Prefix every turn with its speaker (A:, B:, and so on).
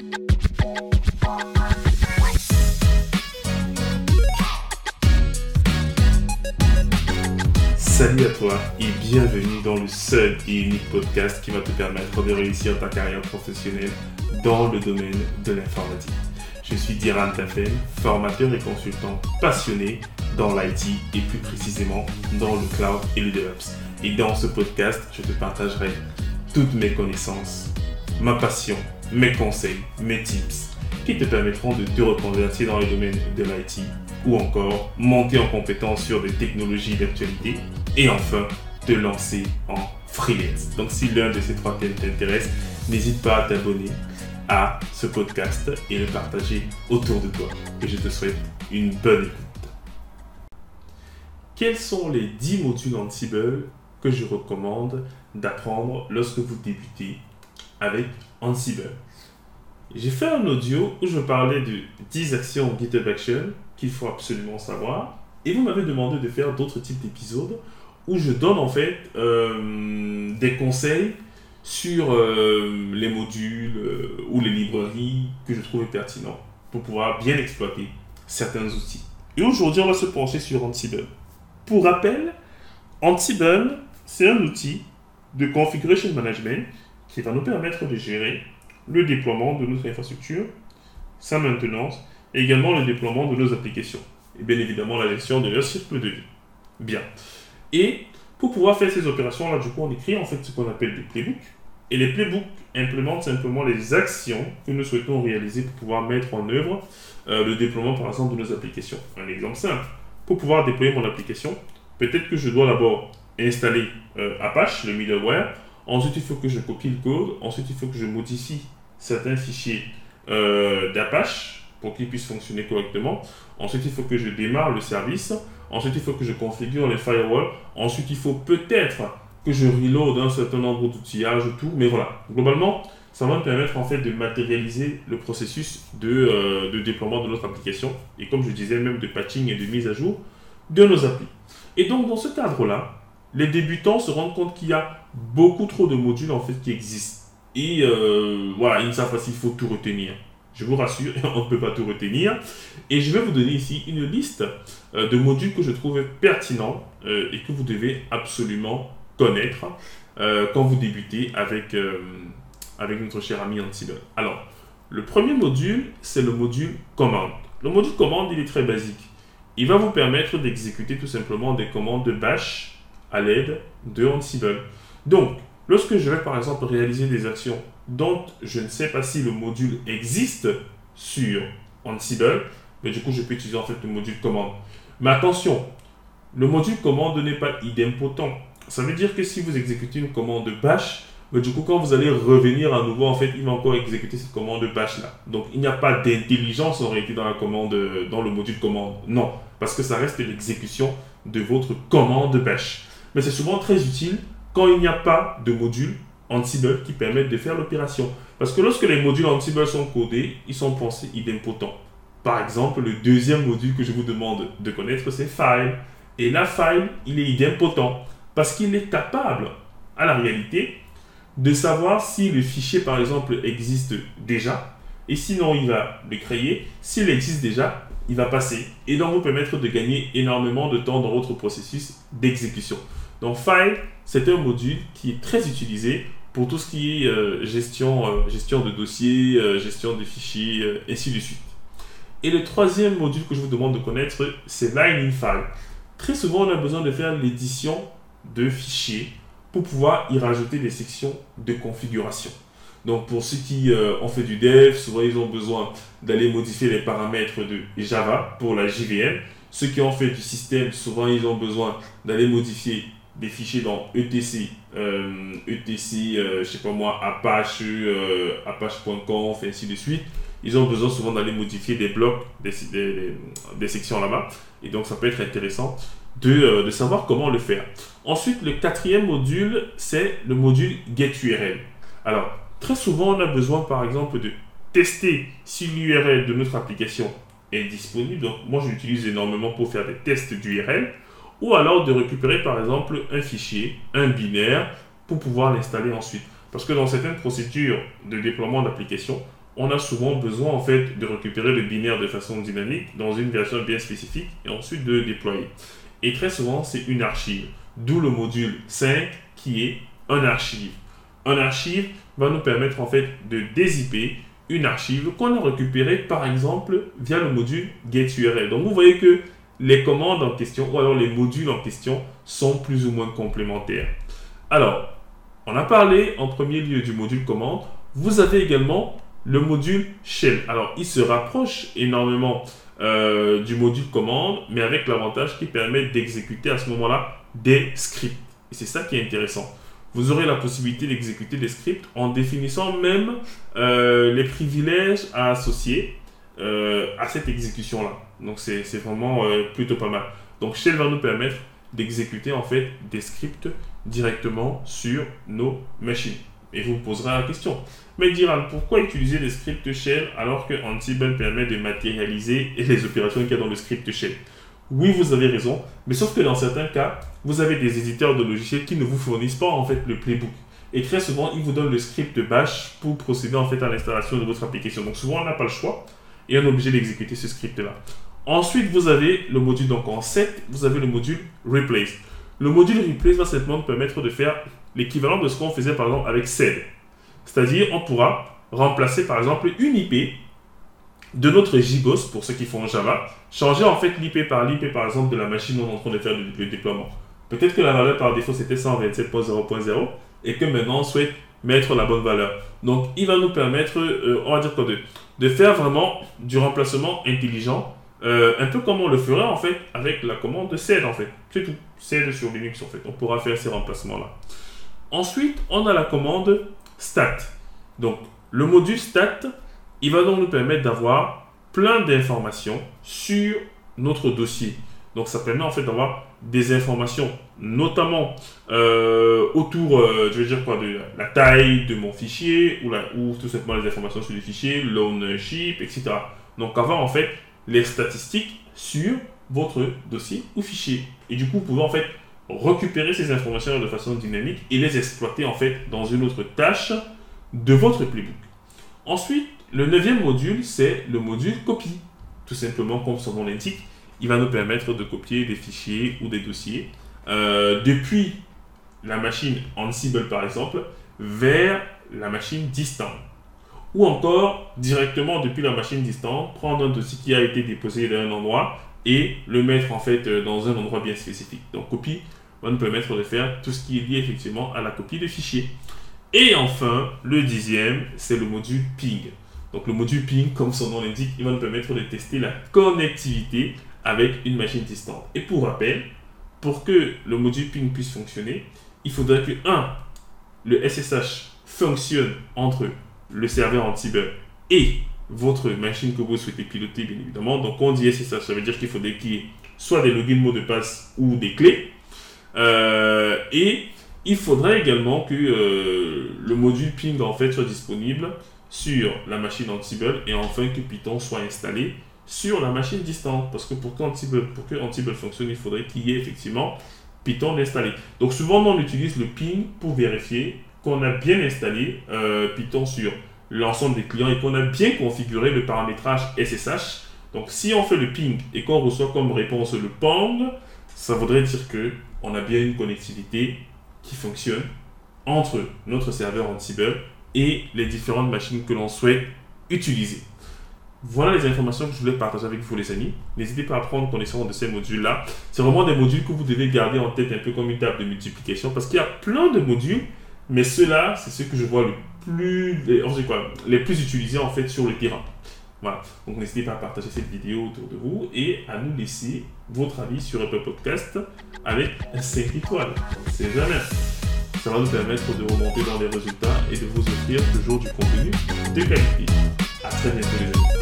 A: Salut à toi et bienvenue dans le seul et unique podcast qui va te permettre de réussir ta carrière professionnelle dans le domaine de l'informatique. Je suis Diran Tafel, formateur et consultant passionné dans l'IT et plus précisément dans le cloud et le DevOps. Et dans ce podcast, je te partagerai toutes mes connaissances, ma passion, mes conseils, mes tips qui te permettront de te reconvertir dans le domaine de l'IT ou encore monter en compétence sur des technologies d'actualité et enfin te lancer en freelance. Donc si l'un de ces trois thèmes t'intéresse, n'hésite pas à t'abonner à ce podcast et le partager autour de toi. Et je te souhaite une bonne écoute. Quels sont les 10 modules Ansible que je recommande d'apprendre lorsque vous débutez avec Ansible? J'ai fait un audio où je parlais de 10 actions GitHub Action qu'il faut absolument savoir. Et vous m'avez demandé de faire d'autres types d'épisodes où je donne en fait des conseils sur les modules ou les librairies que je trouvais pertinents pour pouvoir bien exploiter certains outils. Et aujourd'hui, on va se pencher sur Ansible. Pour rappel, Ansible, c'est un outil de configuration management qui va nous permettre de gérer le déploiement de notre infrastructure, sa maintenance et également le déploiement de nos applications. Et bien évidemment la gestion de leur cycle de vie. Bien. Et pour pouvoir faire ces opérations-là, du coup, on écrit en fait ce qu'on appelle des playbooks. Et les playbooks implémentent simplement les actions que nous souhaitons réaliser pour pouvoir mettre en œuvre le déploiement, par exemple, de nos applications. Un exemple simple. Pour pouvoir déployer mon application, peut-être que je dois d'abord installer Apache, le middleware. Ensuite, il faut que je copie le code. Ensuite, il faut que je modifie certains fichiers d'Apache pour qu'ils puissent fonctionner correctement. Ensuite, il faut que je démarre le service. Ensuite, il faut que je configure les firewalls. Ensuite, il faut peut-être que je reload un certain nombre d'outillages, tout. Mais voilà, globalement, ça va me permettre en fait de matérialiser le processus de déploiement de notre application. Et comme je disais, même de patching et de mise à jour de nos applis. Et donc, dans ce cadre-là, les débutants se rendent compte qu'il y a beaucoup trop de modules en fait qui existent. Et voilà, ils ne savent pas s'il faut tout retenir. Je vous rassure, on ne peut pas tout retenir. Et je vais vous donner ici une liste de modules que je trouve pertinents et que vous devez absolument connaître quand vous débutez avec notre cher ami Ansible. Alors, le premier module, c'est le module commande. Le module commande, il est très basique. Il va vous permettre d'exécuter tout simplement des commandes de bash à l'aide de Ansible. Donc, lorsque je vais par exemple réaliser des actions dont je ne sais pas si le module existe sur Ansible, mais du coup je peux utiliser en fait le module commande. Mais attention, le module commande n'est pas idempotent. Ça veut dire que si vous exécutez une commande bash, mais du coup quand vous allez revenir à nouveau, en fait il va encore exécuter cette commande bash là. Donc il n'y a pas d'intelligence en réalité dans le module commande. Non, parce que ça reste l'exécution de votre commande bash. Mais c'est souvent très utile quand il n'y a pas de module Ansible qui permettent de faire l'opération. Parce que lorsque les modules Ansible sont codés, ils sont pensés idempotents. Par exemple, le deuxième module que je vous demande de connaître, c'est File. Et la File, il est idempotent parce qu'il est capable, à la réalité, de savoir si le fichier, par exemple, existe déjà. Et sinon, il va le créer. S'il existe déjà, il va passer. Et donc, vous permettre de gagner énormément de temps dans votre processus d'exécution. Donc, File, c'est un module qui est très utilisé pour tout ce qui est gestion de dossiers, gestion de fichiers, ainsi de suite. Et le troisième module que je vous demande de connaître, c'est Line in File. Très souvent, on a besoin de faire l'édition de fichiers pour pouvoir y rajouter des sections de configuration. Donc, pour ceux qui ont fait du dev, souvent ils ont besoin d'aller modifier les paramètres de Java pour la JVM. Ceux qui ont fait du système, souvent ils ont besoin d'aller modifier des fichiers dans ETC, je sais pas moi, Apache, Apache.conf, et ainsi de suite. Ils ont besoin souvent d'aller modifier des blocs, des sections là-bas. Et donc, ça peut être intéressant de savoir comment le faire. Ensuite, le quatrième module, c'est le module GetURL. Alors, très souvent, on a besoin, par exemple, de tester si l'URL de notre application est disponible. Donc, moi, je l'utilise énormément pour faire des tests d'URL. Ou alors de récupérer, par exemple, un fichier, un binaire, pour pouvoir l'installer ensuite. Parce que dans certaines procédures de déploiement d'application, on a souvent besoin en fait de récupérer le binaire de façon dynamique dans une version bien spécifique et ensuite de le déployer. Et très souvent, c'est une archive. D'où le module 5 qui est un archive. Un archive va nous permettre en fait de dézipper une archive qu'on a récupérée par exemple via le module getURL. Donc vous voyez que les commandes en question ou alors les modules en question sont plus ou moins complémentaires. Alors, on a parlé en premier lieu du module commande. Vous avez également le module shell. Alors, il se rapproche énormément du module commande, mais avec l'avantage qui permet d'exécuter à ce moment-là des scripts. Et c'est ça qui est intéressant. Vous aurez la possibilité d'exécuter des scripts en définissant même les privilèges à associer à cette exécution-là. Donc, c'est vraiment plutôt pas mal. Donc, shell va nous permettre d'exécuter en fait des scripts directement sur nos machines. Et vous me poserez la question, mais Diran, pourquoi utiliser des scripts shell alors que Ansible permet de matérialiser les opérations qu'il y a dans le script shell? Oui, vous avez raison, mais sauf que dans certains cas, vous avez des éditeurs de logiciels qui ne vous fournissent pas en fait le playbook. Et très souvent, ils vous donnent le script bash pour procéder en fait à l'installation de votre application. Donc souvent, on n'a pas le choix et on est obligé d'exécuter ce script-là. Ensuite, vous avez le module, donc en 7, vous avez le module replace. Le module replace va simplement nous permettre de faire l'équivalent de ce qu'on faisait par exemple avec sed. C'est-à-dire, on pourra remplacer par exemple une IP de notre JBoss, pour ceux qui font Java, changer en fait l'IP par exemple de la machine où on est en train de faire le déploiement. Peut-être que la valeur par défaut c'était 127.0.0 et que maintenant on souhaite mettre la bonne valeur. Donc, il va nous permettre, on va dire quoi, de faire vraiment du remplacement intelligent. Un peu comme on le ferait en fait avec la commande sed en fait. C'est tout. Sed sur Linux en fait. On pourra faire ces remplacements-là. Ensuite, on a la commande stat. Donc, le module stat, il va donc nous permettre d'avoir plein d'informations sur notre dossier. Donc, ça permet en fait d'avoir des informations, notamment autour, je veux dire quoi, de la taille de mon fichier ou tout simplement les informations sur le fichier, l'ownership, etc. Donc, avoir en fait les statistiques sur votre dossier ou fichier. Et du coup, vous pouvez en fait récupérer ces informations de façon dynamique et les exploiter en fait dans une autre tâche de votre playbook. Ensuite, le 9e module, c'est le module copie. Tout simplement, comme son nom l'indique, il va nous permettre de copier des fichiers ou des dossiers depuis la machine Ansible par exemple vers la machine distante. Ou encore directement depuis la machine distante, prendre un dossier qui a été déposé dans un endroit et le mettre en fait dans un endroit bien spécifique. Donc copie va nous permettre de faire tout ce qui est lié effectivement à la copie de fichiers. Et enfin, le 10e, c'est le module ping. Donc le module ping, comme son nom l'indique, il va nous permettre de tester la connectivité avec une machine distante. Et pour rappel, pour que le module ping puisse fonctionner, il faudrait que le SSH fonctionne entre le serveur Ansible et votre machine que vous souhaitez piloter, bien évidemment. Donc, quand on dit SSH, ça veut dire qu'il faudrait qu'il y ait soit des logins, mots de passe ou des clés. Et il faudrait également que le module ping en fait soit disponible sur la machine Ansible et enfin que Python soit installé sur la machine distante. Parce que pour que Ansible fonctionne, il faudrait qu'il y ait effectivement Python installé. Donc, souvent, on utilise le ping pour vérifier qu'on a bien installé Python sur l'ensemble des clients et qu'on a bien configuré le paramétrage SSH. Donc, si on fait le ping et qu'on reçoit comme réponse le pong, ça voudrait dire qu'on a bien une connectivité qui fonctionne entre notre serveur Ansible et les différentes machines que l'on souhaite utiliser. Voilà les informations que je voulais partager avec vous les amis. N'hésitez pas à prendre connaissance de ces modules-là. C'est vraiment des modules que vous devez garder en tête un peu comme une table de multiplication parce qu'il y a plein de modules. Mais ceux-là, c'est ceux que je vois les plus utilisés en fait sur le terrain. Voilà. Donc n'hésitez pas à partager cette vidéo autour de vous et à nous laisser votre avis sur Apple Podcast avec 5 étoiles. On ne sait jamais. Ça va nous permettre de remonter dans les résultats et de vous offrir toujours du contenu de qualité. À très bientôt les amis.